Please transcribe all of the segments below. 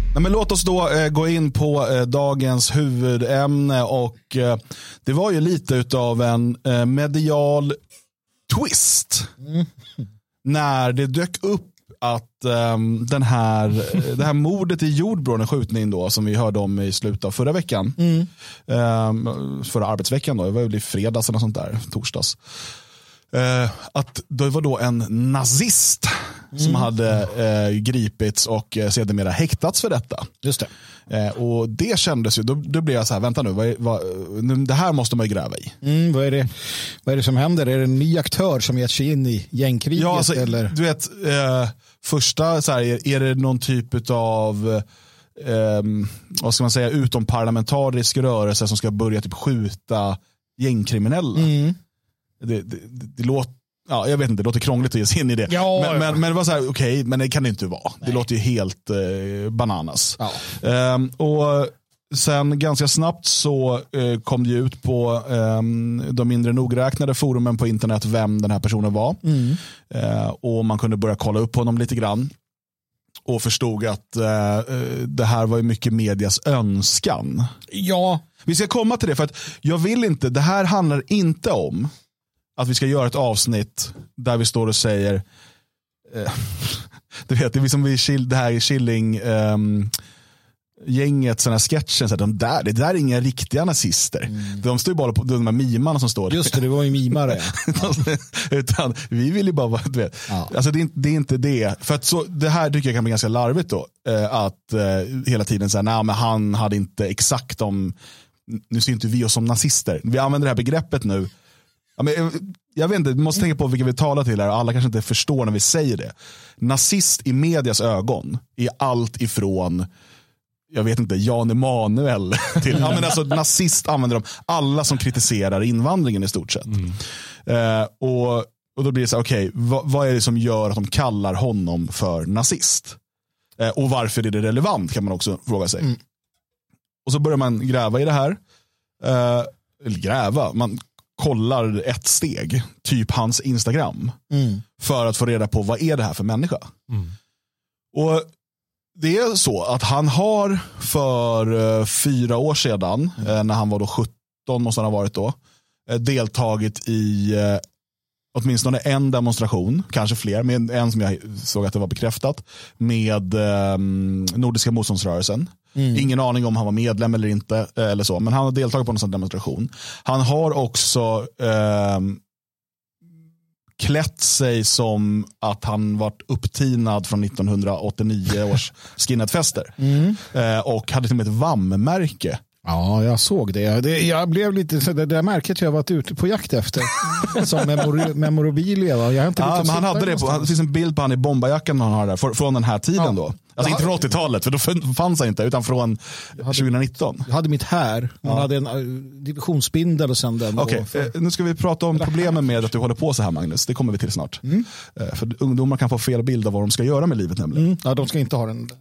Nej, men låt oss då gå in på dagens huvudämne och det var ju lite utav en medial twist när det dök upp att det här mordet i Jordbro, den skjutning då som vi hörde om i slutet av förra veckan, förra arbetsveckan då, det var ju fredags eller sånt där, torsdags. Att det var då en nazist som hade gripits och sedermera häktats för detta. Just det. Och det kändes ju, då blev jag så här, vänta nu, det här måste man ju gräva i. Vad är det som händer? Är det en ny aktör som gett sig in i gängkriget? Ja, alltså, eller? Du vet, första så här, är det någon typ av vad ska man säga, utomparlamentarisk rörelse som ska börja typ skjuta gängkriminella. Det låter, ja, jag vet inte, det låter krångligt att ge sig in i det. Ja, men det var så här, okej, men det kan det inte vara. Nej. Det låter ju helt bananas. Ja. Och sen ganska snabbt så kom det ut på de mindre nogräknade forumen på internet vem den här personen var. Och man kunde börja kolla upp honom lite grann. Och förstod att det här var ju mycket medias önskan. Ja. Vi ska komma till det, för att jag vill inte, det här handlar inte om att vi ska göra ett avsnitt där vi står och säger du vet, det är som det här i Killing gänget, sådana sketchen, så det där är inga riktiga nazister. De står ju bara på de här mimarna som står. Just det var ju mimare. Utan vi vill ju bara vara, du vet. Ja. Alltså det är inte det. För att så, det här tycker jag kan bli ganska larvigt då. Att hela tiden säga, nej men han hade inte exakt nu ser inte vi oss som nazister. Vi använder det här begreppet nu. Ja, men, jag vet inte, vi måste tänka på vilka vi talar till här. Alla kanske inte förstår när vi säger det. Nazist i medias ögon är allt ifrån, jag vet inte, Jan Emanuel till, ja men alltså nazist använder de alla som kritiserar invandringen i stort sett. Och då blir det så här, okej, vad är det som gör att de kallar honom för nazist? Och varför är det relevant, kan man också fråga sig. Och så börjar man gräva i det här. Eller gräva, man kollar ett steg, typ hans Instagram, för att få reda på vad är det här för människa. Och det är så att han har för 4 år sedan, när han var då 17 måste han ha varit då, deltagit i åtminstone en demonstration, kanske fler, men en som jag såg att det var bekräftat, med Nordiska motståndsrörelsen. Ingen aning om han var medlem eller inte, eller så, men han har deltagit på en sån demonstration. Han har också klätt sig som att han varit upptinad från 1989 års skinheadfester. Och hade till och med ett VAM-märke. Ja, jag såg det. Jag blev lite så det märket jag varit ute på jakt efter. Som memorabilia. Jag har inte men han hade det det finns en bild på han i bombarjackan han har där från den här tiden då. Alltså inte från 80-talet, för då fanns han inte, utan från 2019. Jag hade mitt här. Man hade en divisionsbindel och sen den. Okej, nu ska vi prata om problemen med att du håller på så här, Magnus. Det kommer vi till snart. För ungdomar kan få fel bild av vad de ska göra med livet nämligen. Ja, de ska inte ha den.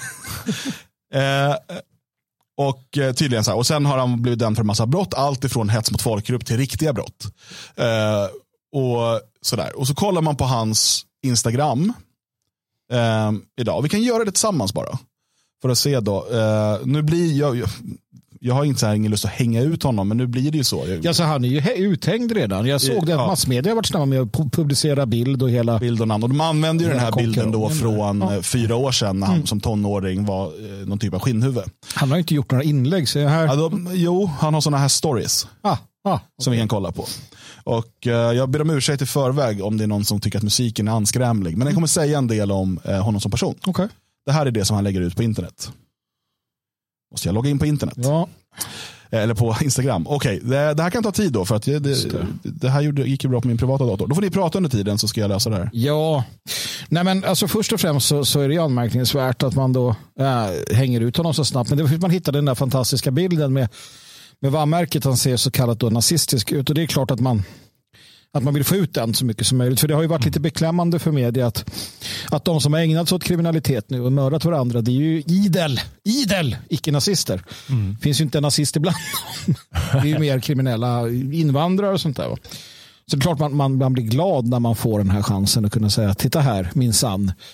Och tydligen så här. Och sen har han blivit dömd för en massa brott. Allt ifrån hets mot folkgrupp till riktiga brott. Och sådär. Och så kollar man på hans Instagram idag. Vi kan göra det tillsammans bara. För att se då. Nu blir jag har inte så här ingen lust att hänga ut honom, men nu blir det ju så. Ja, så han är ju uthängd redan. Jag såg det att massmedia har varit snabba med att publicera bild och hela... Bild och namn. Och de använde ju den här bilden då från 4 år sedan när han som tonåring var någon typ av skinnhuvud. Han har inte gjort några inlägg, så här... Jo, han har såna här stories. Som vi kan kolla på. Och jag ber om ursäkt i förväg om det är någon som tycker att musiken är anskrämlig. Men jag kommer säga en del om honom som person. Okay. Det här är det som han lägger ut på internet. Måste jag logga in på internet? Ja. Eller på Instagram. Okej, det här kan ta tid då, för att det här gick ju bra på min privata dator. Då får ni prata under tiden, så ska jag lösa det här. Ja, nej men alltså först och främst så är det anmärkningsvärt att man då hänger ut honom så snabbt. Men det var för att man hittade den där fantastiska bilden med VAM-märket. Han ser så kallat då nazistisk ut, och det är klart att man vill få ut den så mycket som möjligt. För det har ju varit lite beklämmande för media att de som har ägnat sig åt kriminalitet nu och mördat varandra, det är ju idel icke-nazister. Det finns ju inte en nazist ibland. Det är ju mer kriminella invandrare och sånt där. Så det är klart man blir glad när man får den här chansen att kunna säga, titta här, minsann.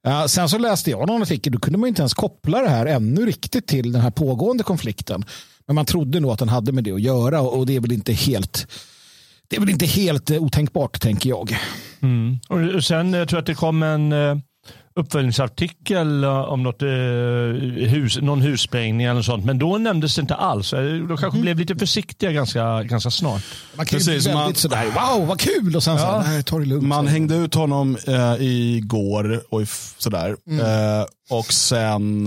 Sen så läste jag någon artikel, då kunde man inte ens koppla det här ännu riktigt till den här pågående konflikten. Men man trodde nog att den hade med det att göra, och det är väl inte helt otänkbart, tänker jag. Mm. Och sen jag tror att det kom en uppföljningsartikel om någon hussprängning eller sånt, men då nämndes det inte alls. De kanske blev lite försiktiga ganska snart. Man kan ju bli väldigt sådär, wow vad kul, och sen så nej, ta det lugnt. Man hängde ut honom igår och sådär. Och sen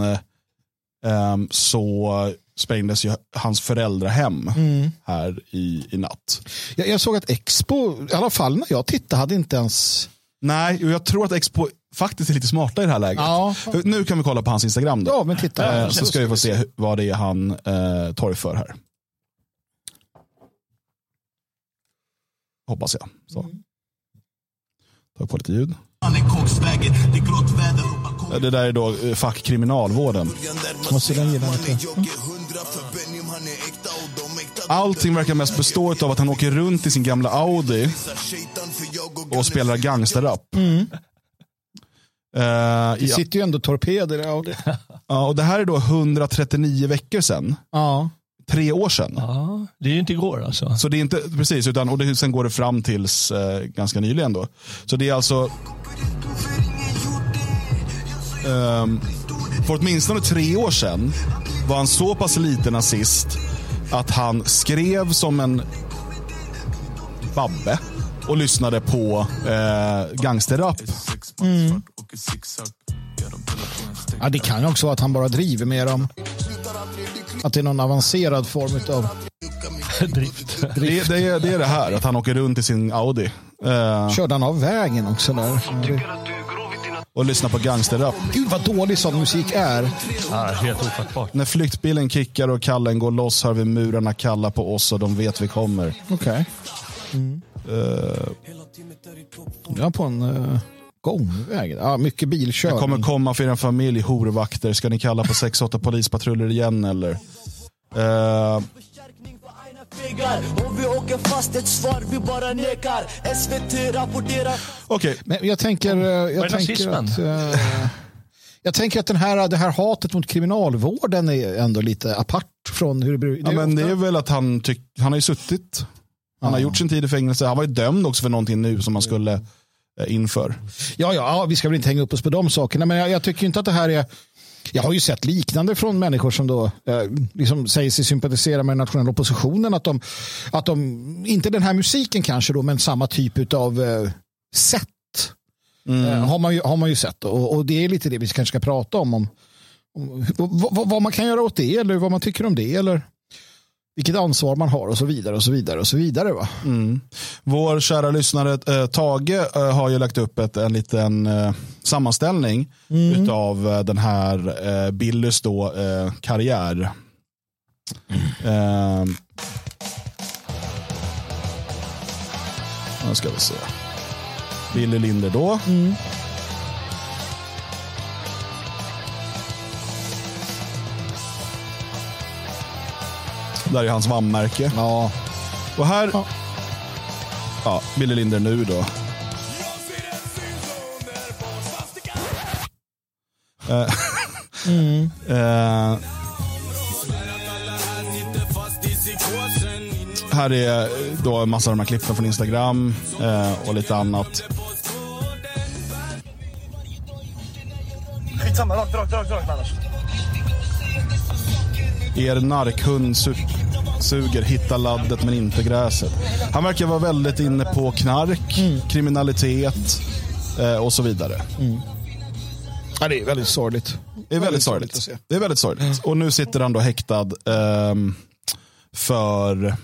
så sprängdes ju hans föräldrahem här i natt. Jag såg att Expo, i alla fall när jag tittade, hade inte ens... Nej, och jag tror att Expo faktiskt är lite smarta i det här läget. Ja. Nu kan vi kolla på hans Instagram då. Ja, men titta. Så ska vi få se vad det är han torgför här. Hoppas jag. Så. Ta på lite ljud. Det där är då fackkriminalvården. Måste den gilla lite. Allting verkar mest bestå av att han åker runt i sin gamla Audi och spelar gangsterrap. Det sitter ju ändå torpeder i Audi. Ja, och det här är då 139 veckor sedan. Ja. 3 år sedan. Ja, det är ju inte igår alltså. Så det är inte precis, utan och sen går det fram tills ganska nyligen då. Så det är alltså för åtminstone 3 år sedan var han så pass liten nazist att han skrev som en babbe och lyssnade på gangsterrap. Ja, det kan ju också vara att han bara driver med dem. Att det är någon avancerad form av drift. Det är det här, att han åker runt i sin Audi. Körde han av vägen också där? Och lyssnar på gangsterrap. Gud vad dålig sån musik är. Ja, helt ofattbart. När flyktbilen kickar och kallen går loss har vi murarna kalla på oss och de vet vi kommer. Okej. Ja, på en gångväg. Ja, mycket bilkörning. Jag kommer komma för en familj horvakter. Ska ni kalla på 6-8 polispatruller igen eller? Om vi åker fast ett svar vi bara nekar. SVT rapporterar. Okej. Men jag tänker att det här hatet mot kriminalvården är ändå lite apart från hur det brukar. Ja, men det är väl att han har ju suttit. Han har gjort sin tid i fängelse. Han var ju dömd också för någonting nu som man skulle inför. Ja, vi ska väl inte hänga upp oss på de sakerna, men jag tycker inte att det här är... Jag har ju sett liknande från människor som då liksom säger sig sympatisera med den nationella oppositionen, att de inte den här musiken kanske då, men samma typ av sätt har man ju sett, och det är lite det vi kanske ska prata om vad man kan göra åt det, eller vad man tycker om det, eller vilket ansvar man har och så vidare och så vidare och så vidare, va? Vår kära lyssnare Tage har ju lagt upp en liten sammanställning utav den här Billys då karriär. Nu ska vi se. Billy Linder då. Där är hans vammärke. Ja. Och här Billy Linder nu då. Här är då en massa av de här klippen från Instagram och lite annat. Skitsamma, rakt annars. Er narkhund suger, hitta laddet men inte gräset. Han verkar vara väldigt inne på knark, kriminalitet och så vidare. Ja, det är väldigt sorgligt. Det är väldigt sorgligt att se. Det är väldigt sorgligt. Och nu sitter han då häktad för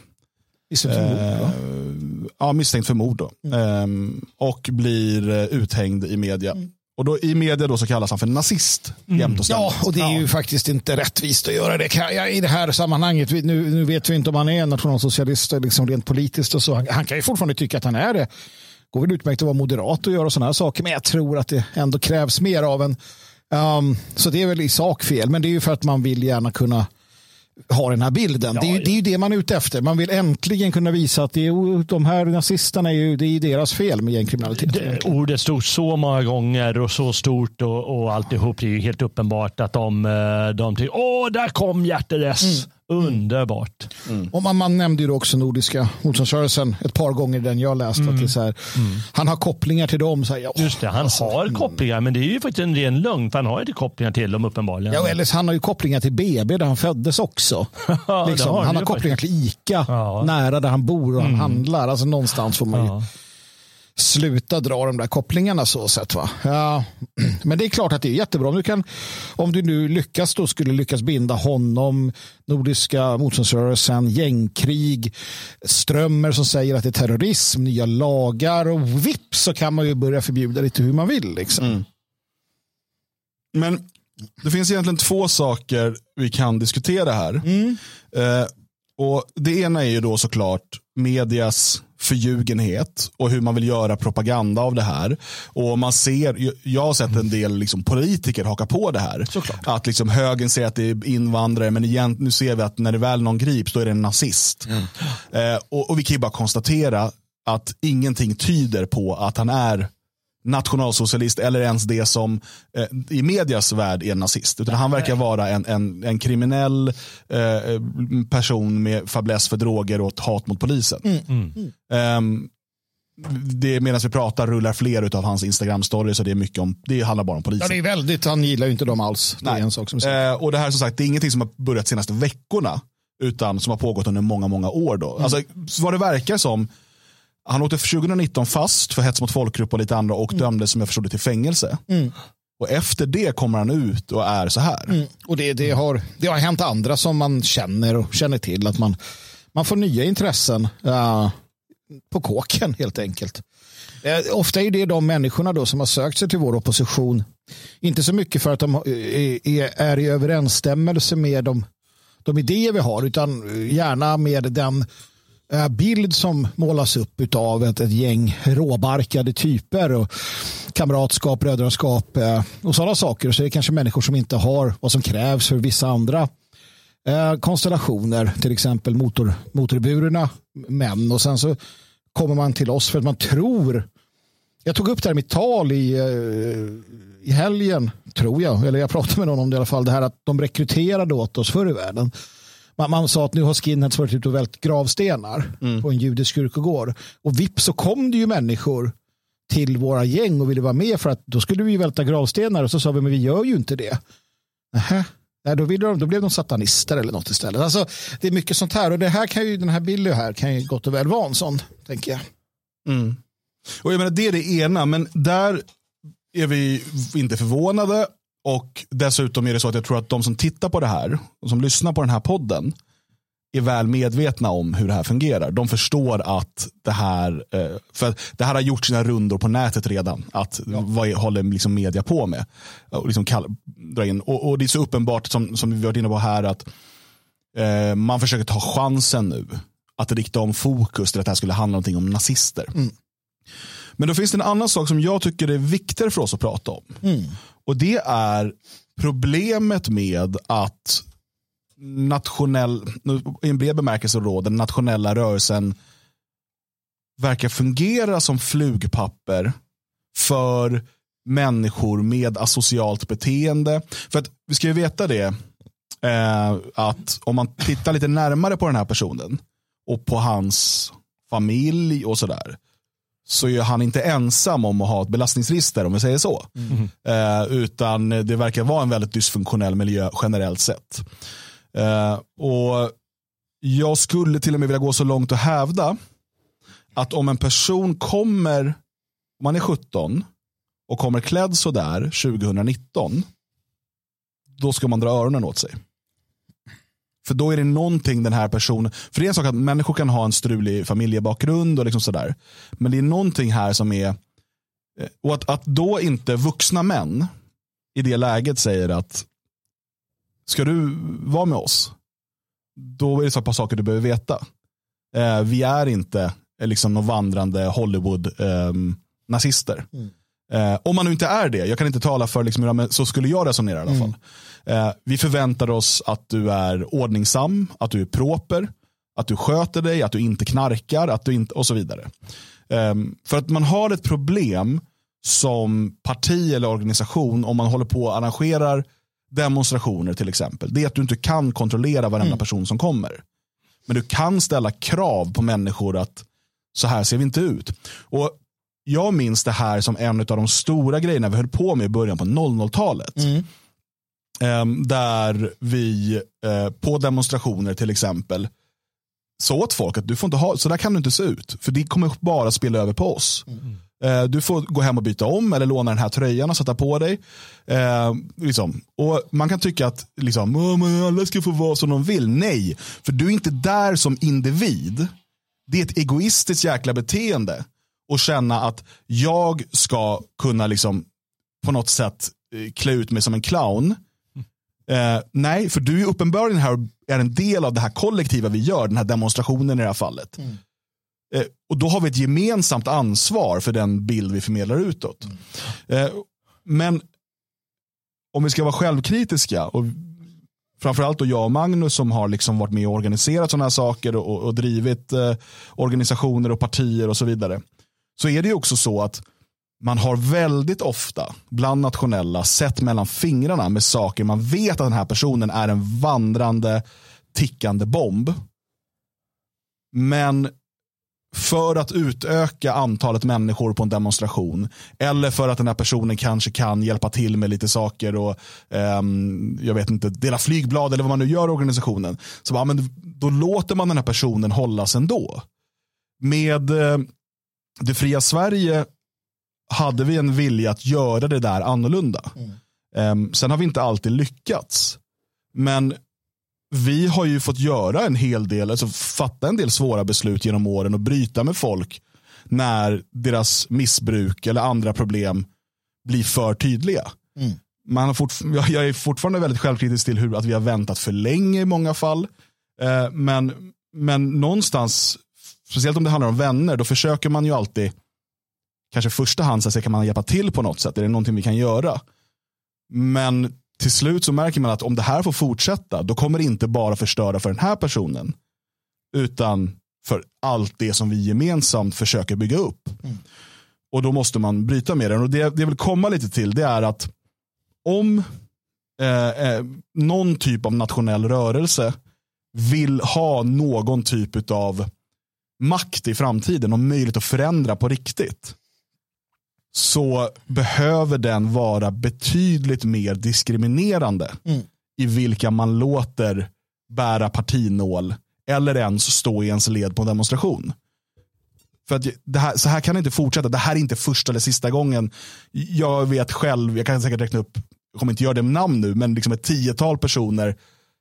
misstänkt för mord då. Och blir uthängd i media. Och då, i media då så kallas han för nazist. Ja, och det är ju faktiskt inte rättvist att göra det. I det här sammanhanget, nu vet vi inte om han är en nationalsocialist liksom rent politiskt och så. Han kan ju fortfarande tycka att han är det. Går väl utmärkt att vara moderat och göra sådana här saker, men jag tror att det ändå krävs mer av en. Så det är väl i sak fel, men det är ju för att man vill gärna kunna har den här bilden. Det är ju det man är ute efter. Man vill äntligen kunna visa att de här nazisterna det är deras fel med gängkriminalitet. Ordet stod så många gånger och så stort och alltihop. Det är ju helt uppenbart att de tycker, där kom Hjärteres. Underbart. Och man nämnde ju också Nordiska motståndsrörelsen ett par gånger den jag läste. Att det är så här, han har kopplingar till dem. Så här, just det, han har kopplingar, men det är ju faktiskt en ren lögn, för han har inte kopplingar till dem uppenbarligen. Ja, eller han har ju kopplingar till BB där han föddes också. Liksom, han har kopplingar till ICA nära där han bor och han handlar. Alltså någonstans får man ju sluta dra de där kopplingarna så sett, va? Ja. Men det är klart att det är jättebra om du nu skulle lyckas binda honom, Nordiska motståndsrörelsen, gängkrig, Strömmer som säger att det är terrorism, nya lagar och vips så kan man ju börja förbjuda lite hur man vill liksom. Men det finns egentligen två saker vi kan diskutera här. Och det ena är ju då såklart medias förljugenhet och hur man vill göra propaganda av det här. Och man ser, jag har sett en del liksom politiker haka på det här. Såklart. Att liksom högern säger att det är invandrare, men igen, nu ser vi att när det väl någon grips då är det en nazist. Och vi kan ju bara konstatera att ingenting tyder på att han är nationalsocialist eller ens det som i medias värld är nazist, utan han verkar vara en kriminell person med fäbless för droger och ett hat mot polisen. Det medan vi pratar rullar fler av hans Instagram-stories, så det är mycket det handlar bara om polisen. Ja, det är väldigt, han gillar ju inte dem alls. Det är en sak som och det här som sagt, det är ingenting som har börjat de senaste veckorna, utan som har pågått under många, många år då. Alltså vad det verkar som, han åkte för 2019 fast för hets mot folkgrupp och lite andra och dömdes, som jag förstod det, till fängelse. Och efter det kommer han ut och är så här. Och det har hänt andra som man känner till, att man får nya intressen på kåken helt enkelt. Ofta är det de människorna då som har sökt sig till vår opposition, inte så mycket för att de är i överensstämmelse med de idéer vi har, utan gärna med den bild som målas upp av ett gäng råbarkade typer och kamratskap, brödraskap och sådana saker. Så är det kanske människor som inte har vad som krävs för vissa andra konstellationer, till exempel motorburna män, och sen så kommer man till oss för att man tror, jag tog upp det här i mitt tal i helgen, tror jag, eller jag pratade med någon om det i alla fall, det här att de rekryterade åt oss förr i världen. Man sa att nu har skinheads varit ute och vält gravstenar på en judisk kyrkogård. Och vips så kom det ju människor till våra gäng och ville vara med, för att då skulle vi välta gravstenar, och så sa vi, men vi gör ju inte det. Nej, då blev de satanister eller något istället. Alltså, det är mycket sånt här, och det här den här Billy här kan ju gott och väl vara en sån, tänker jag. Och jag menar, det är det ena, men där är vi inte förvånade. Och dessutom är det så att jag tror att de som tittar på det här och som lyssnar på den här podden är väl medvetna om hur det här fungerar. De förstår att det här, för det här har gjort sina rundor på nätet redan, att vad håller liksom media på med och liksom dra in. Och det är så uppenbart som vi varit inne på här, att man försöker ta chansen nu att rikta om fokus till att det här skulle handla någonting om nazister. Men då finns det en annan sak som jag tycker är viktigare för oss att prata om. Och det är problemet med att i en bred bemärkelse då, den nationella rörelsen verkar fungera som flugpapper för människor med asocialt beteende. För att vi ska ju veta det, att om man tittar lite närmare på den här personen och på hans familj och sådär, så är han inte ensam om att ha ett belastningsregister, om vi säger så. Utan det verkar vara en väldigt dysfunktionell miljö generellt sett. Och jag skulle till och med vilja gå så långt och hävda att om en person kommer, om man är 17 och kommer klädd så där 2019, då ska man dra öronen åt sig. För då är det någonting den här personen, för det är en sak att människor kan ha en strulig familjebakgrund och liksom sådär, men det är någonting här som är, och att då inte vuxna män i det läget säger att ska du vara med oss, då är det så ett par saker du behöver veta. Vi är inte liksom någon vandrande Hollywood nazister. Om man nu inte är det, jag kan inte tala för liksom, så skulle jag resonera i alla fall. Vi förväntar oss att du är ordningsam, att du är proper, att du sköter dig, att du inte knarkar, att du inte, och så vidare. För att man har ett problem som parti eller organisation om man håller på och arrangerar demonstrationer till exempel. Det är att du inte kan kontrollera varenda person som kommer. Men du kan ställa krav på människor att så här ser vi inte ut. Och jag minns det här som en av de stora grejerna vi höll på med i början på 00-talet. Där vi på demonstrationer till exempel så åt folk att du får inte ha, så där kan du inte se ut. För det kommer bara spela över på oss. Du får gå hem och byta om eller låna den här tröjan och sätta på dig. Liksom. Och man kan tycka att liksom, alla ska få vara som de vill. Nej, för du är inte där som individ. Det är ett egoistiskt jäkla beteende. Och känna att jag ska kunna liksom på något sätt klä ut mig som en clown. Nej, för du är uppenbarligen här är en del av det här kollektiva vi gör, den här demonstrationen i det här fallet. Och då har vi ett gemensamt ansvar för den bild vi förmedlar utåt. Men om vi ska vara självkritiska, och framförallt då jag och Magnus som har liksom varit med och organiserat sådana här saker och drivit organisationer och partier och så vidare, så är det ju också så att man har väldigt ofta bland nationella sett mellan fingrarna med saker man vet att den här personen är en vandrande, tickande bomb. Men för att utöka antalet människor på en demonstration eller för att den här personen kanske kan hjälpa till med lite saker och jag vet inte, dela flygblad eller vad man nu gör i organisationen, så bara, men då låter man den här personen hållas ändå. Med Det fria Sverige hade vi en vilja att göra det där annorlunda. Sen har vi inte alltid lyckats. Men vi har ju fått göra en hel del, alltså fatta en del svåra beslut genom åren och bryta med folk när deras missbruk eller andra problem blir för tydliga. Jag är fortfarande väldigt självkritisk till hur att vi har väntat för länge i många fall. Men någonstans, speciellt om det handlar om vänner, då försöker man ju alltid kanske första hand så kan man hjälpa till på något sätt. Är det någonting vi kan göra? Men till slut så märker man att om det här får fortsätta, då kommer det inte bara förstöra för den här personen, utan för allt det som vi gemensamt försöker bygga upp. Och då måste man bryta med den. Och det vill komma lite till, det är att om någon typ av nationell rörelse vill ha någon typ av makt i framtiden och möjlighet att förändra på riktigt, så behöver den vara betydligt mer diskriminerande i vilka man låter bära partinål eller ens stå i ens led på en demonstration. För att så här kan det inte fortsätta. Det här är inte första eller sista gången. Jag vet själv, jag kan säkert räkna upp, jag kommer inte göra det med namn nu, men liksom ett 10-tal personer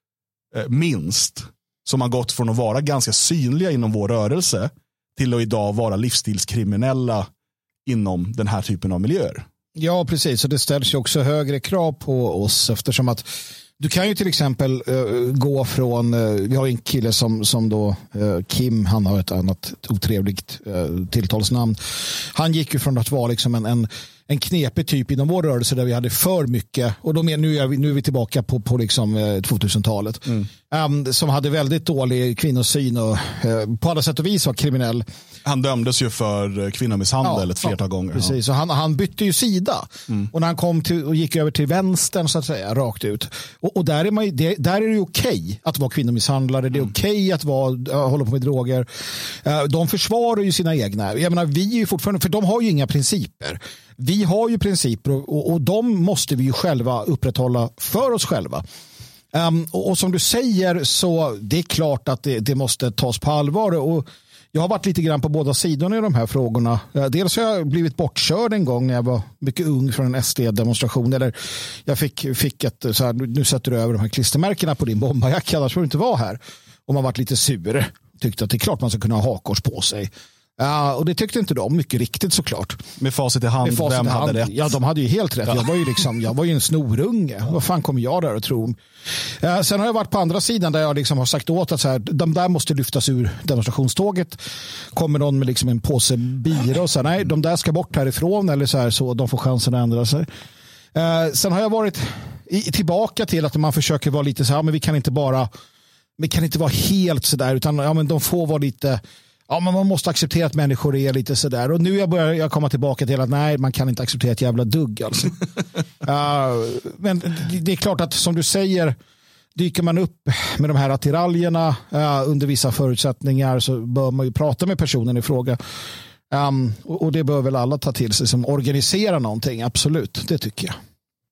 minst som har gått från att vara ganska synliga inom vår rörelse till att idag vara livsstilskriminella inom den här typen av miljöer. Ja, precis. Och det ställs ju också högre krav på oss, eftersom att du kan ju till exempel gå från, vi har en kille som då Kim, han har ett annat otrevligt tilltalsnamn. Han gick ju från att vara liksom en knepig typ inom vår rörelse där vi hade för mycket, och då nu är vi tillbaka på liksom 2000-talet, som hade väldigt dålig kvinnosyn och på alla sätt och vis var kriminell. Han dömdes ju för kvinnomisshandel ett flertal gånger. Precis, och han bytte ju sida. Och när han kom till och gick över till vänstern så att säga, rakt ut. Och där är det ju okej att vara kvinnomisshandlare, det är okej att hålla på med droger. De försvarar ju sina egna. Jag menar, vi är ju fortfarande, för de har ju inga principer. Vi har ju principer och de måste vi ju själva upprätthålla för oss själva. Och som du säger, så det är klart att det måste tas på allvar, och jag har varit lite grann på båda sidorna i de här frågorna. Dels har jag blivit bortkörd en gång när jag var mycket ung från en SD-demonstration, eller jag fick ett så här, nu sätter du över de här klistermärkena på din bombarjacka, annars får du inte vara här. Och man varit lite sur, tyckte att det är klart man ska kunna ha hakkors på sig. Och det tyckte inte de, mycket riktigt såklart. Med facit i hand, vem hade rätt? Ja, de hade ju helt rätt. Jag var ju en snorunge. Vad fan kommer jag där att tro? Sen har jag varit på andra sidan där jag liksom har sagt åt att så här, de där måste lyftas ur demonstrationståget. Kommer någon med liksom en påse bira och så här, nej, de där ska bort härifrån, eller så här, så de får chansen att ändra sig. Sen har jag varit tillbaka till att man försöker vara lite så här, men vi kan inte vara helt så där, utan men de får vara lite, men man måste acceptera att människor är lite så där. Och nu börjar jag komma tillbaka till att nej, man kan inte acceptera ett jävla dugg alltså. Men det är klart att som du säger, dyker man upp med de här attiraljerna under vissa förutsättningar, så bör man ju prata med personen i fråga. Och det bör väl alla ta till sig som organiserar någonting, absolut, det tycker jag.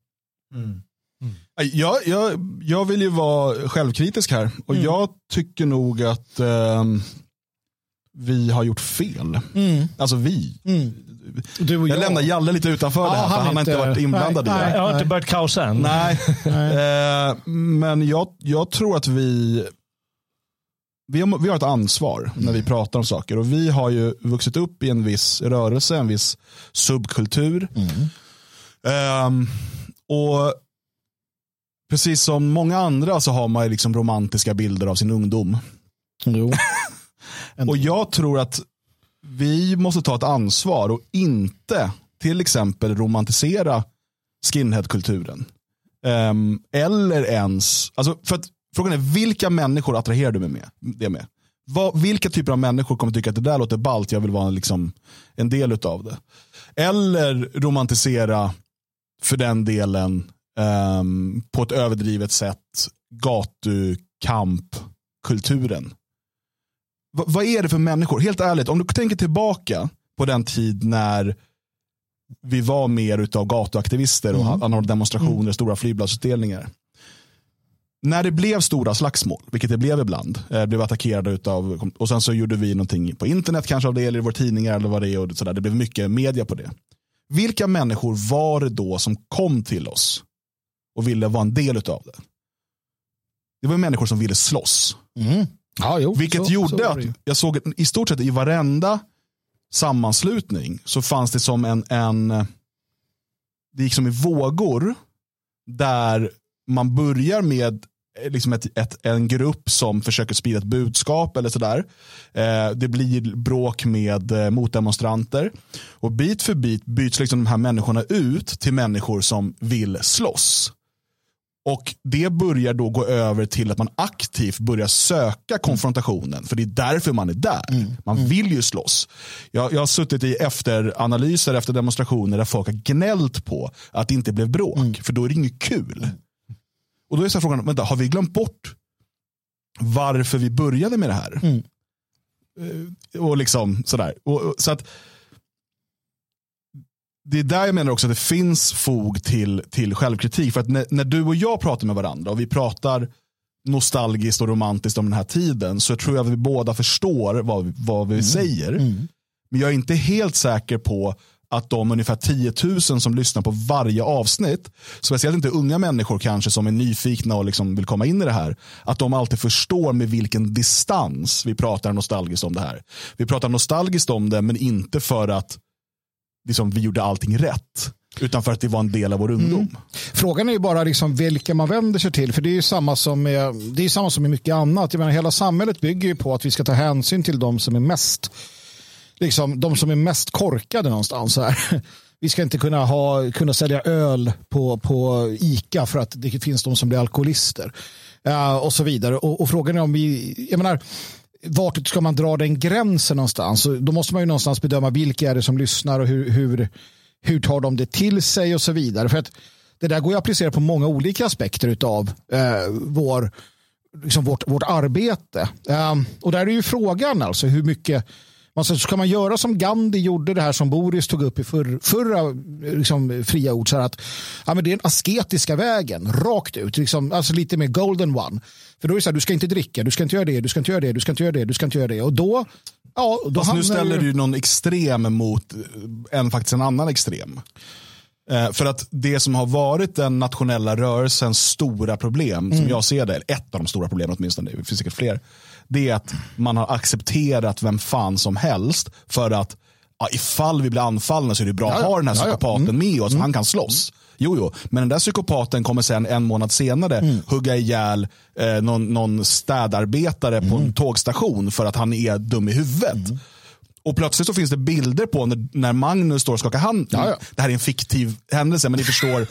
Jag vill ju vara självkritisk här, och jag tycker nog att vi har gjort fel. Alltså vi. Du och jag lämnar Jalle lite utanför det här, för han har inte varit inblandad i det. Jag har inte börjat kaosa än. Nej. Men jag tror att vi har ett ansvar när vi pratar om saker, och vi har ju vuxit upp i en viss rörelse, en viss subkultur. Och precis som många andra så har man ju liksom romantiska bilder av sin ungdom. Jo. Och jag tror att vi måste ta ett ansvar och inte till exempel romantisera skinhead-kulturen. Eller ens, alltså för att frågan är, vilka människor attraherar du med det med? Vilka typer av människor kommer tycka att det där låter ballt, jag vill vara liksom en del utav det? Eller romantisera för den delen på ett överdrivet sätt gatukampkulturen. Vad är det för människor? Helt ärligt, om du tänker tillbaka på den tid när vi var mer utav gatuaktivister och anordnade demonstrationer, stora flygbladsutdelningar. När det blev stora slagsmål, vilket det blev ibland, blev attackerade utav, och sen så gjorde vi någonting på internet kanske av det, eller i våra tidningar eller vad det är, och sådär. Det blev mycket media på det. Vilka människor var det då som kom till oss och ville vara en del utav det? Det var människor som ville slåss. Ja, jo, vilket gjorde att jag såg i stort sett i varenda sammanslutning så fanns det som det gick som i vågor, där man börjar med liksom en grupp som försöker sprida ett budskap eller sådär. Det blir bråk med motdemonstranter, och bit för bit byts liksom de här människorna ut till människor som vill slåss. Och det börjar då gå över till att man aktivt börjar söka konfrontationen. För det är därför man är där. Man vill ju slåss. Jag har suttit i efteranalyser efter demonstrationer där folk har gnällt på att det inte blev bråk. För då är det inget kul. Och då är så frågan, vänta, har vi glömt bort varför vi började med det här? Och liksom sådär. Så att det är där jag menar också att det finns fog till självkritik. För att när du och jag pratar med varandra och vi pratar nostalgiskt och romantiskt om den här tiden, så tror jag att vi båda förstår vad vi säger. Men jag är inte helt säker på att de ungefär 10 000 som lyssnar på varje avsnitt, speciellt inte unga människor kanske som är nyfikna och liksom vill komma in i det här, att de alltid förstår med vilken distans vi pratar nostalgiskt om det här. Vi pratar nostalgiskt om det, men inte för att liksom vi gjorde allting rätt, utan för att det var en del av vår ungdom. Frågan är ju bara liksom vilka man vänder sig till, för det är ju samma som med mycket annat. Jag menar, hela samhället bygger ju på att vi ska ta hänsyn till de som är mest korkade någonstans här. Vi ska inte kunna sälja öl på ICA för att det finns de som blir alkoholister och så vidare. Och frågan är om vart ska man dra den gränsen någonstans? Så då måste man ju någonstans bedöma vilka är det som lyssnar och hur tar de det till sig och så vidare. För att det där går ju att applicera på många olika aspekter utav vårt arbete. Och där är ju frågan alltså hur mycket ska man göra som Gandhi gjorde, det här som Boris tog upp i förra liksom, fria ord, så här att men det är den asketiska vägen rakt ut, liksom, alltså lite mer golden one. För då är det så här, du ska inte dricka, du ska inte göra det, du ska inte göra det, du ska inte göra det, du ska inte göra det. Och då nu ställer du någon extrem mot faktiskt en annan extrem. För att det som har varit den nationella rörelsens stora problem, som jag ser det, ett av de stora problemen åtminstone, det finns säkert fler, det är att man har accepterat vem fan som helst för att ifall vi blir anfallna så är det bra att ha den här psykopaten med oss, han kan slåss. Jo, men den där psykopaten kommer sen en månad senare hugga ihjäl någon städarbetare på en tågstation för att han är dum i huvudet. Och plötsligt så finns det bilder på när Magnus står och skakar hand. Det här är en fiktiv händelse, men ni förstår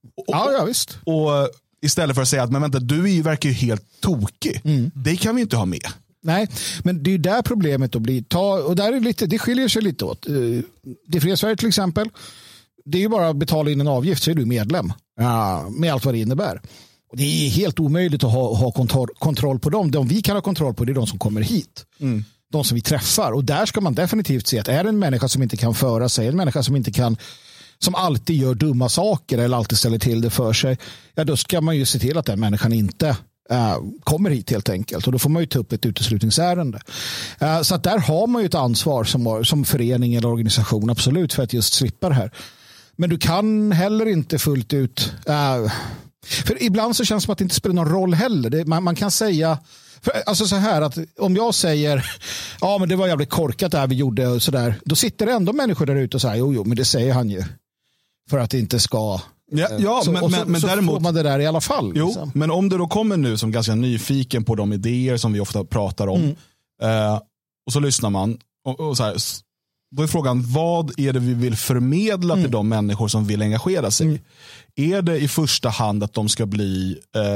Ja, visst. Och istället för att säga att men vänta, du verkar ju helt tokig. Det kan vi inte ha med. Nej, men det är ju där problemet då blir. Och där är lite, det skiljer sig lite åt. Det Fria Sverige till exempel, det är ju bara att betala in en avgift så är du medlem. Med allt vad det innebär. Och det är helt omöjligt att ha kontroll på dem. De vi kan ha kontroll på det är de som kommer hit. De som vi träffar. Och där ska man definitivt se att är det en människa som inte kan föra sig, en människa som inte kan, som alltid gör dumma saker eller alltid ställer till det för sig, ja då ska man ju se till att den människan inte kommer hit helt enkelt. Och då får man ju ta upp ett uteslutningsärende. Så att där har man ju ett ansvar som förening eller organisation absolut för att just slippa det här. Men du kan heller inte fullt ut för ibland så känns det som att det inte spelar någon roll heller. Man kan säga alltså så här att om jag säger ja men det var jävligt korkat det här vi gjorde och sådär, då sitter det ändå människor där ute och säger jo men det säger han ju för att det inte ska men så däremot får man det där i alla fall. Jo, liksom. men om du då kommer nu som ganska nyfiken på de idéer som vi ofta pratar om och så lyssnar man och så här, då är frågan, vad är det vi vill förmedla till de människor som vill engagera sig? Är det i första hand att de ska bli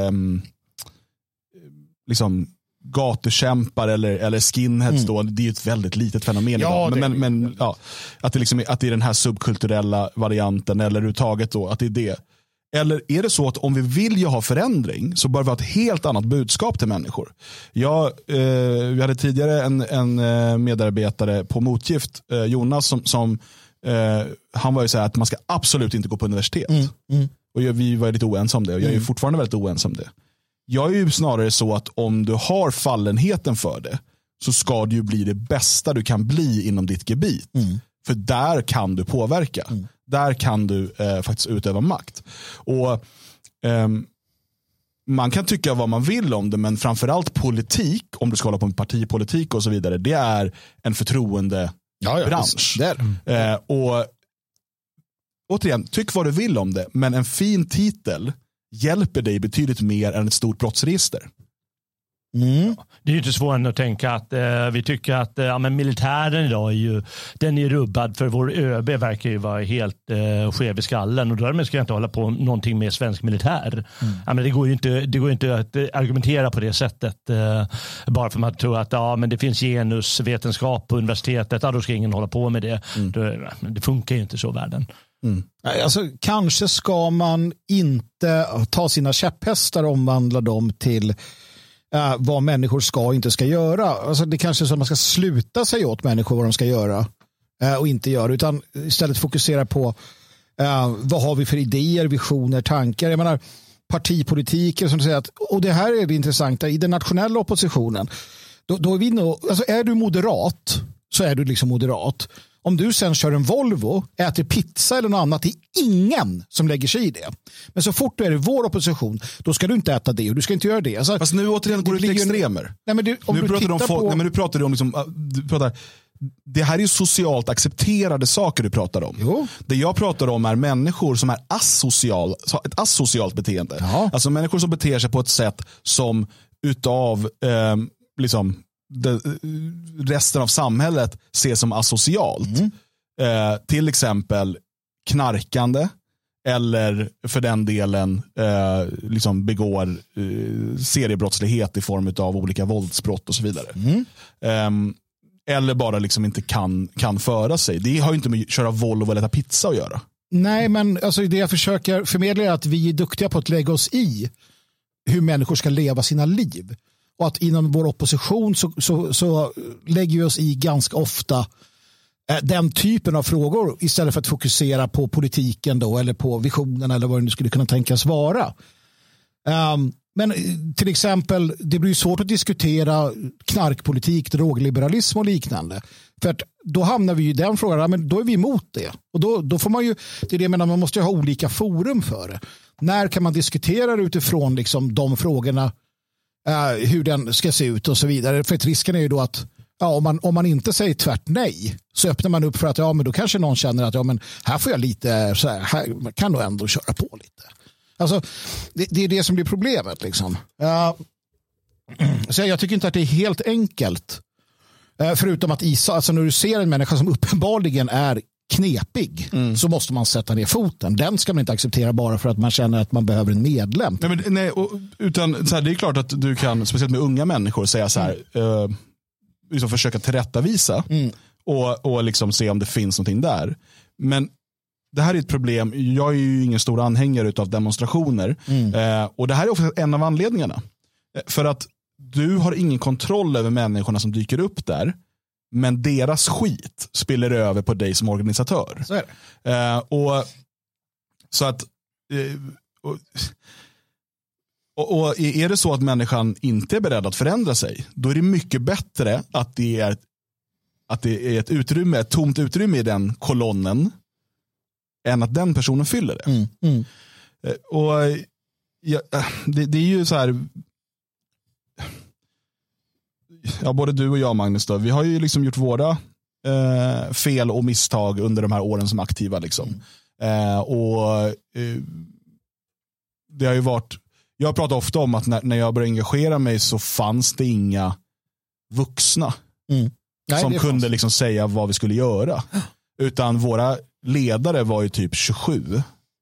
liksom gatukämpar eller skinheads då? Det är ju ett väldigt litet fenomen idag. Men att det liksom att det är den här subkulturella varianten eller överhuvudtaget då, att det är det. Eller är det så att om vi vill ju ha förändring så bör vi ha ett helt annat budskap till människor? Vi hade tidigare en medarbetare på Motgift, Jonas, som han var ju så här att man ska absolut inte gå på universitet. Och vi var lite oense om det och jag är fortfarande väldigt oense om det. Jag är ju snarare så att om du har fallenheten för det så ska du ju bli det bästa du kan bli inom ditt gebit. För där kan du påverka. Där kan du faktiskt utöva makt. Och man kan tycka vad man vill om det, men framförallt politik, om du ska hålla på med partipolitik och så vidare, det är en förtroendebransch. Och återigen, tyck vad du vill om det, men en fin titel hjälper dig betydligt mer än ett stort brottsregister. Det är ju inte svårt att tänka att vi tycker att men militären idag den är rubbad för vår ÖB verkar ju vara helt skev i skallen och därmed ska jag inte hålla på någonting med svensk militär. Men det går ju inte att argumentera på det sättet bara för att man tror att men det finns genusvetenskap på universitetet, då ska ingen hålla på med det. Det funkar ju inte så i världen. Alltså, kanske ska man inte ta sina käpphästar och omvandla dem till vad människor ska och inte ska göra. Alltså, det kanske är så att man ska sluta sig åt människor vad de ska göra och inte göra, utan istället fokusera på vad har vi för idéer, visioner, tankar. Jag menar, partipolitiken som säger att, och det här är det intressanta, i den nationella oppositionen då är vi nog, alltså är du moderat så är du liksom moderat. Om du sen kör en Volvo, äter pizza eller något annat, det är ingen som lägger sig i det. Men så fort du är i vår opposition, då ska du inte äta det och du ska inte göra det. Alltså, fast nu återigen går det till extremer. Nej, men nu pratar du om liksom, det här är ju socialt accepterade saker du pratar om. Jo. Det jag pratar om är människor som är ett asocialt beteende. Ja. Alltså människor som beter sig på ett sätt som utav liksom resten av samhället ses som asocialt. Till exempel knarkande eller för den delen liksom begår seriebrottslighet i form av olika våldsbrott och så vidare. Eller bara liksom inte kan föra sig. Det har ju inte med att köra Volvo eller äta pizza att göra. Nej, men alltså det jag försöker förmedla är att vi är duktiga på att lägga oss i hur människor ska leva sina liv. Och att inom vår opposition så lägger vi oss i ganska ofta den typen av frågor istället för att fokusera på politiken då, eller på visionen eller vad det nu skulle kunna tänkas vara. Men till exempel, det blir svårt att diskutera knarkpolitik, drogliberalism och liknande. För att då hamnar vi i den frågan, men då är vi emot det. Och då får man ju, det är det jag menar, man måste ju ha olika forum för det. När kan man diskutera utifrån liksom de frågorna, hur den ska se ut och så vidare. För att risken är ju då att om man inte säger tvärt nej så öppnar man upp för att men då kanske någon känner att men här får jag lite så här kan du ändå köra på lite. Alltså det är det som blir problemet liksom. Så jag tycker inte att det är helt enkelt. Förutom att alltså när du ser en människa som uppenbarligen är knepig så måste man sätta ner foten. Den ska man inte acceptera bara för att man känner att man behöver en medlem. Utan så här, det är klart att du kan, speciellt med unga människor, säga så här, liksom försöka tillrättavisa och liksom se om det finns någonting där. Men det här är ett problem. Jag är ju ingen stor anhängare av demonstrationer. Och det här är också en av anledningarna. För att du har ingen kontroll över människorna som dyker upp där. Men deras skit spiller över på dig som organisatör. Så är det. Och är det så att människan inte är beredd att förändra sig, då är det mycket bättre att det är ett tomt utrymme i den kolonnen än att den personen fyller det. Och det är ju så här, både du och jag, Magnus då, vi har ju liksom gjort våra fel och misstag under de här åren som aktiva liksom. Det har ju varit, jag pratar ofta om att när jag började engagera mig så fanns det inga vuxna som kunde liksom säga vad vi skulle göra. Utan våra ledare var ju typ 27.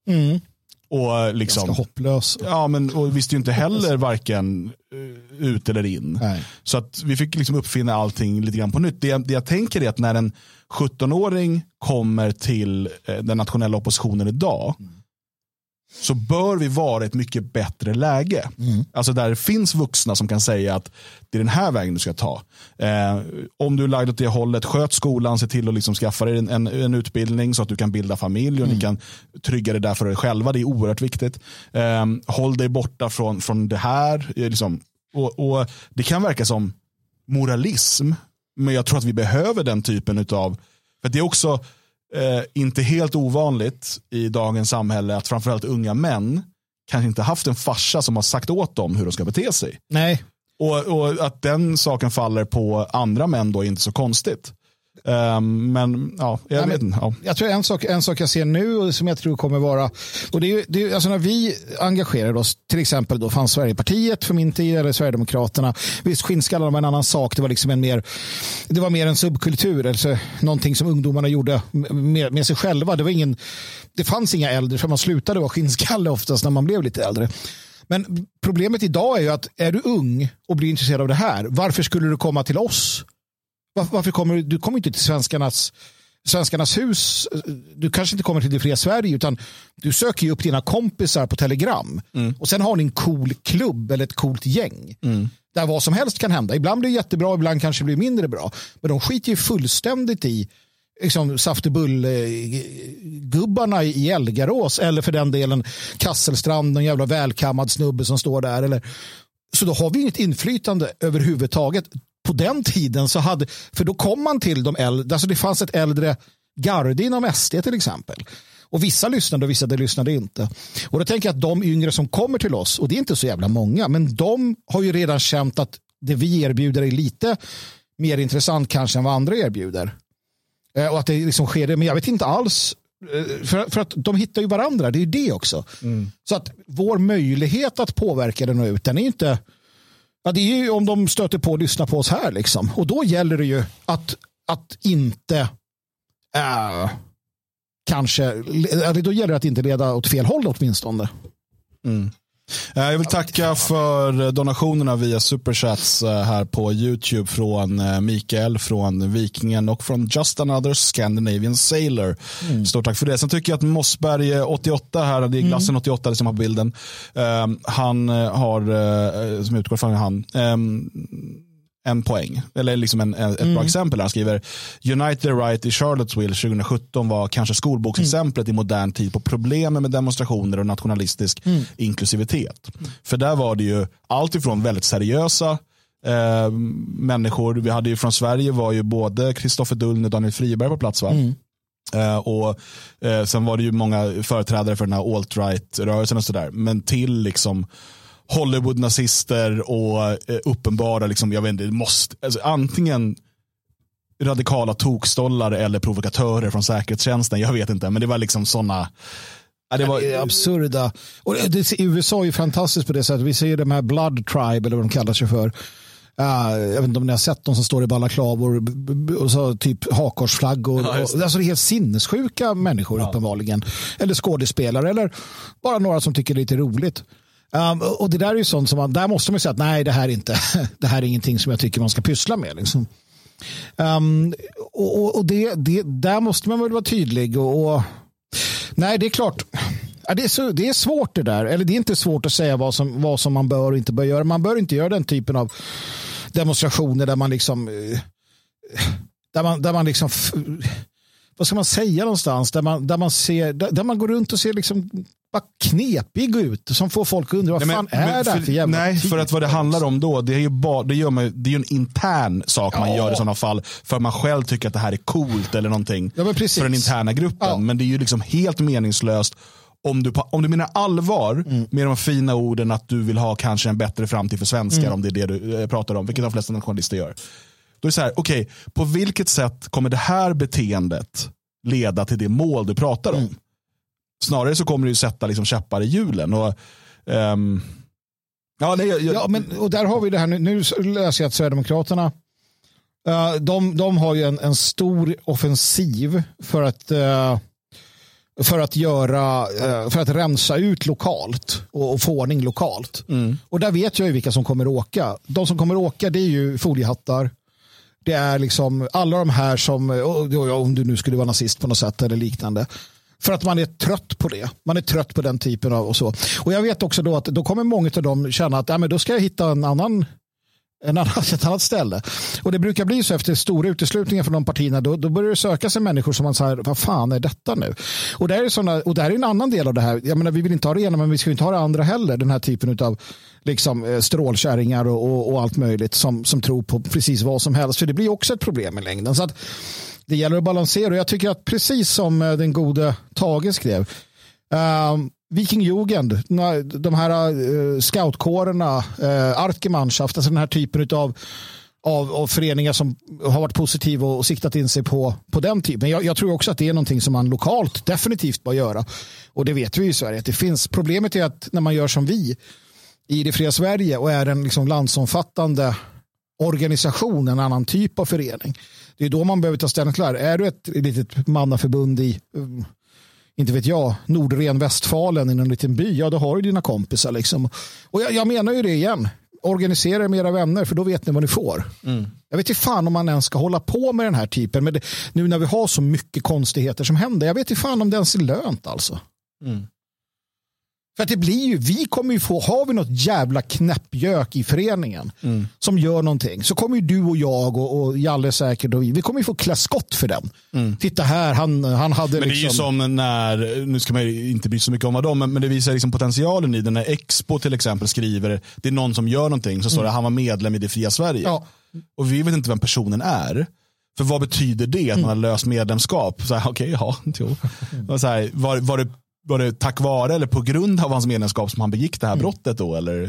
Och liksom, ganska hopplös. Ja, men och visste ju inte heller varken ut eller in. Nej. Så att vi fick liksom uppfinna allting lite grann på nytt. Det jag tänker är att när en 17-åring kommer till den nationella oppositionen idag, så bör vi vara i ett mycket bättre läge. Alltså där det finns vuxna som kan säga att det är den här vägen du ska ta. Om du är lagd åt det hållet, sköt skolan, se till att liksom skaffa dig en utbildning så att du kan bilda familj och ni kan trygga det där för dig själva. Det är oerhört viktigt. Håll dig borta från det här. Liksom. Och det kan verka som moralism, men jag tror att vi behöver den typen utav, för det är också inte helt ovanligt i dagens samhälle att framförallt unga män kanske inte haft en farsa som har sagt åt dem hur de ska bete sig. Nej. Och att den saken faller på andra män då är inte så konstigt. Men ja, jag vet inte. Ja. Jag tror en sak jag ser nu och som jag tror kommer vara, och det är alltså när vi engagerade oss, till exempel då fanns Sverigepartiet för min tid, eller Sverigedemokraterna. Visst, skinnskallarna var en annan sak. Det var liksom det var mer en subkultur, alltså någonting som ungdomarna gjorde med sig själva. Det fanns inga äldre, för man slutade vara skinnskalle oftast när man blev lite äldre. Men problemet idag är ju att är du ung och blir intresserad av det här, varför skulle du komma till oss? Varför kommer du kommer inte till Svenskarnas hus, du kanske inte kommer till Det fria Sverige, utan du söker ju upp dina kompisar på Telegram och sen har ni en cool klubb eller ett coolt gäng där vad som helst kan hända. Ibland blir det jättebra, ibland kanske blir mindre bra, men de skiter ju fullständigt i liksom saftebull-gubbarna i Elgarås, eller för den delen Kasselstrand, någon jävla välkammad snubbe som står där, eller så då har vi inget inflytande överhuvudtaget. På den tiden så för då kom man till de äldre, alltså det fanns ett äldre garde inom SD till exempel. Och vissa lyssnade och vissa lyssnade inte. Och då tänker jag att de yngre som kommer till oss, och det är inte så jävla många, men de har ju redan känt att det vi erbjuder är lite mer intressant kanske än vad andra erbjuder. Och att det liksom sker det, men jag vet inte alls, för att de hittar ju varandra, det är ju det också. Så att vår möjlighet att påverka den och ut, den är inte... Ja, det är ju om de stöter på och lyssnar på oss här liksom. Och då gäller det ju att inte då gäller det att inte leda åt fel håll åtminstone. Jag vill tacka för donationerna via Superchats här på YouTube från Mikael, från Vikingen och från Just Another Scandinavian Sailor. Stort tack för det. Sen tycker jag att Mossberg 88 här, det är glassen 88 som har bilden. Han har, som utgår från han, en poäng, eller liksom ett bra exempel. Han skriver: Unite the Right i Charlottesville 2017 var kanske skolboksexemplet i modern tid på problemen med demonstrationer och nationalistisk inklusivitet. För där var det ju allt ifrån väldigt seriösa människor. Vi hade ju från Sverige var ju både Kristoffer Dullner och Daniel Friberg på plats, va? Och sen var det ju många företrädare för den här alt-right-rörelsen och sådär. Men till liksom Hollywood-nazister och uppenbara liksom, jag vet inte, alltså, antingen radikala tokstollar eller provokatörer från säkerhetstjänsten, jag vet inte, men det var liksom sådana. Det var absurda. Och USA är ju fantastiskt på det sättet. Vi ser de här Blood Tribe eller vad de kallar sig för. jag vet inte om ni har sett de som står i balaklavor och så typ hakkorsflagg alltså det är helt sinnessjuka människor uppenbarligen. Eller skådespelare eller bara några som tycker det är lite roligt. Och det där är ju sånt som där måste man säga att nej, det här är ingenting som jag tycker man ska pyssla med liksom. Och det där måste man väl vara tydlig och nej, det är klart. Det är svårt det där. Eller det är inte svårt att säga vad som man bör och inte bör göra. Man bör inte göra den typen av demonstrationer där man liksom vad ska man säga någonstans där man går runt och ser liksom bara knepig ut som får folk att undra vad fan är det för jävla nej, för att vad det handlar om då det är ju en intern sak man gör i sådana fall för man själv tycker att det här är coolt eller någonting för den interna gruppen men det är ju liksom helt meningslöst om du menar allvar med de fina orden att du vill ha kanske en bättre framtid för svenskar om det är det du pratar om, vilket de flesta nationalister gör. Då är det så här, okej, på vilket sätt kommer det här beteendet leda till det mål du pratar om? Snarare så kommer det ju sätta liksom käppar i hjulen. Och, och där har vi det här, nu läser jag att Sverigedemokraterna de har ju en stor offensiv för att rensa ut lokalt och få ordning lokalt. Och där vet jag ju vilka som kommer åka. De som kommer åka, det är ju foliehattar. Det är liksom alla de här som, om du nu skulle vara nazist på något sätt eller liknande. För att man är trött på det. Man är trött på den typen av och så. Och jag vet också då att då kommer många av dem känna att men då ska jag hitta ett annat ställe. Och det brukar bli så efter stora uteslutningar från de partierna. Då börjar det söka sig människor som man säger, vad fan är detta nu? Och det är en annan del av det här. Jag menar, vi vill inte ha det ena men vi ska inte ha det andra heller. Den här typen av liksom, strålkärringar och allt möjligt som tror på precis vad som helst. För det blir också ett problem i längden. Så att det gäller att balansera. Och jag tycker att precis som den gode Tage skrev Vikingjugend, de här scoutkårerna, Artgemeinschaft, alltså den här typen av föreningar som har varit positiva och siktat in sig på den typen. Jag tror också att det är någonting som man lokalt definitivt bör göra. Och det vet vi i Sverige att det finns. Problemet är att när man gör som vi i det fria Sverige och är en liksom landsomfattande organisation, en annan typ av förening. Det är då man behöver ta ställning till det här. Är du ett litet mannaförbund i inte vet jag, Nordren Västfalen i en liten by, ja då har du dina kompisar liksom. Och jag menar ju det igen. Organisera med era vänner för då vet ni vad ni får. Jag vet inte fan om man ens ska hålla på med den här typen. Men nu när vi har så mycket konstigheter som händer, jag vet inte fan om det ens är lönt alltså. För att det blir ju, vi kommer ju har vi något jävla knäppjök i föreningen som gör någonting, så kommer ju du och jag och Jalle säkert och vi kommer ju få klä skott för den. Titta här, han hade men liksom... det är ju som när, nu ska man ju inte bry så mycket om vad de, men det visar liksom potentialen i den. När Expo till exempel skriver, det är någon som gör någonting, så står det han var medlem i det fria Sverige. Ja. Och vi vet inte vem personen är. För vad betyder det att man har löst medlemskap? Så här, okej, ja. Och så här, var det tack vare eller på grund av hans medlemskap som han begick det här brottet då? Eller?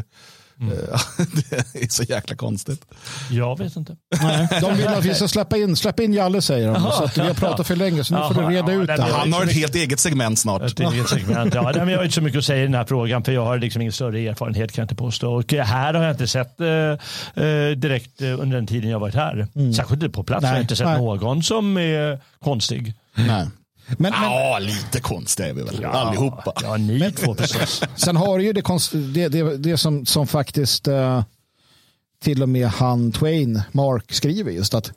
Det är så jäkla konstigt. Jag vet inte. Nej, de vill att vi ska släppa in Jalle, säger de. Så att vi har pratat för länge, så nu får du reda ut det. Han har ett helt eget segment snart. Ett eget segment, ja. Jag har inte så mycket att säga i den här frågan, för jag har liksom ingen större erfarenhet, kan jag inte påstå. Och här har jag inte sett direkt under den tiden jag varit här. Särskilt på plats. Jag har inte sett någon som är konstig. Nej. Men, lite konstiga är vi väl allihopa. Ja, ni två precis. Sen har ju det som faktiskt till och med han Twain, Mark, skriver just att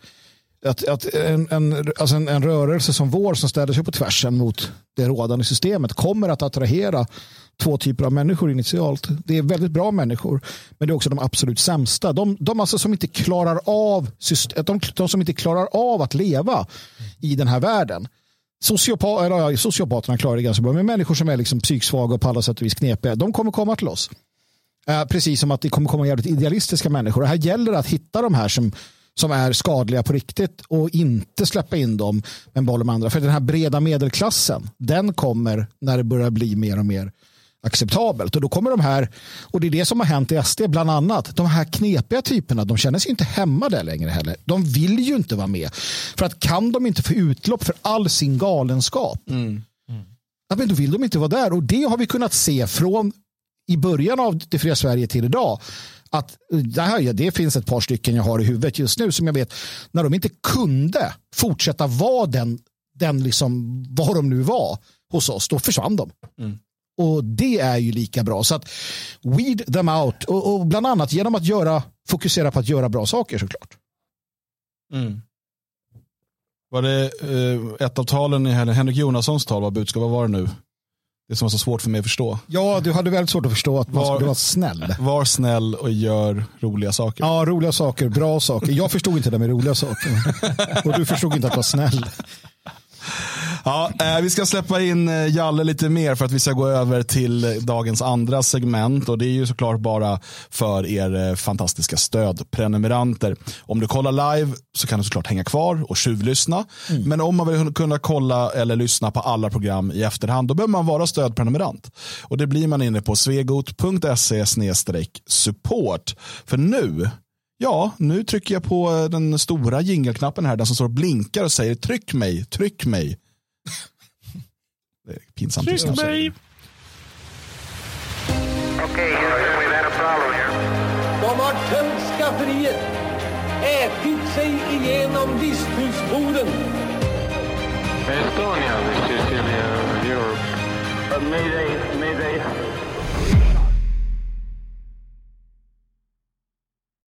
en rörelse som vår som ställer sig på tvärsen mot det rådande systemet kommer att attrahera två typer av människor initialt. Det är väldigt bra människor, men det är också de absolut sämsta. De alltså som inte klarar av de som inte klarar av att leva i den här världen. Sociopaterna klarar det ganska bra, men människor som är liksom psyksvaga och på alla sätt och vis knepiga, de kommer komma till oss. Precis som att det kommer komma jävligt idealistiska människor. Det här gäller att hitta de här som är skadliga på riktigt och inte släppa in dem med en boll med andra. För den här breda medelklassen, den kommer när det börjar bli mer och mer acceptabelt. Och då kommer de här, och det är det som har hänt i SD bland annat, de här knepiga typerna, de känner sig inte hemma där längre heller. De vill ju inte vara med. För att kan de inte få utlopp för all sin galenskap, ja, men då vill de inte vara där. Och det har vi kunnat se från i början av Det fria Sverige till idag. Att det finns ett par stycken jag har i huvudet just nu som jag vet när de inte kunde fortsätta vara den liksom, vad de nu var hos oss, då försvann de. Och det är ju lika bra. Så att weed them out och bland annat genom att fokusera på att göra bra saker såklart. Var det ett av talen i Henrik Jonassons tal, vad budskap var det nu? Det som var så svårt för mig att förstå. Ja, du hade väldigt svårt att förstå att man skulle vara snäll. Var snäll och gör roliga saker. Ja, roliga saker, bra saker. Jag förstod inte det med roliga saker. Och du förstod inte att vara snäll. Ja, vi ska släppa in Jalle lite mer för att vi ska gå över till dagens andra segment, och det är ju såklart bara för er fantastiska stödprenumeranter. Om du kollar live så kan du såklart hänga kvar och tjuvlyssna, men om man vill kunna kolla eller lyssna på alla program i efterhand, då behöver man vara stödprenumerant, och det blir man inne på svegot.se/support. För nu trycker jag på den stora jingelknappen här, den som står och blinkar och säger tryck mig. Det är pinsamt. Tryck mig! Okej, we've had a problem here. De har tömt skafferiet, ätit sig igenom visthusboden. Estonia, this is Europe. Mayday.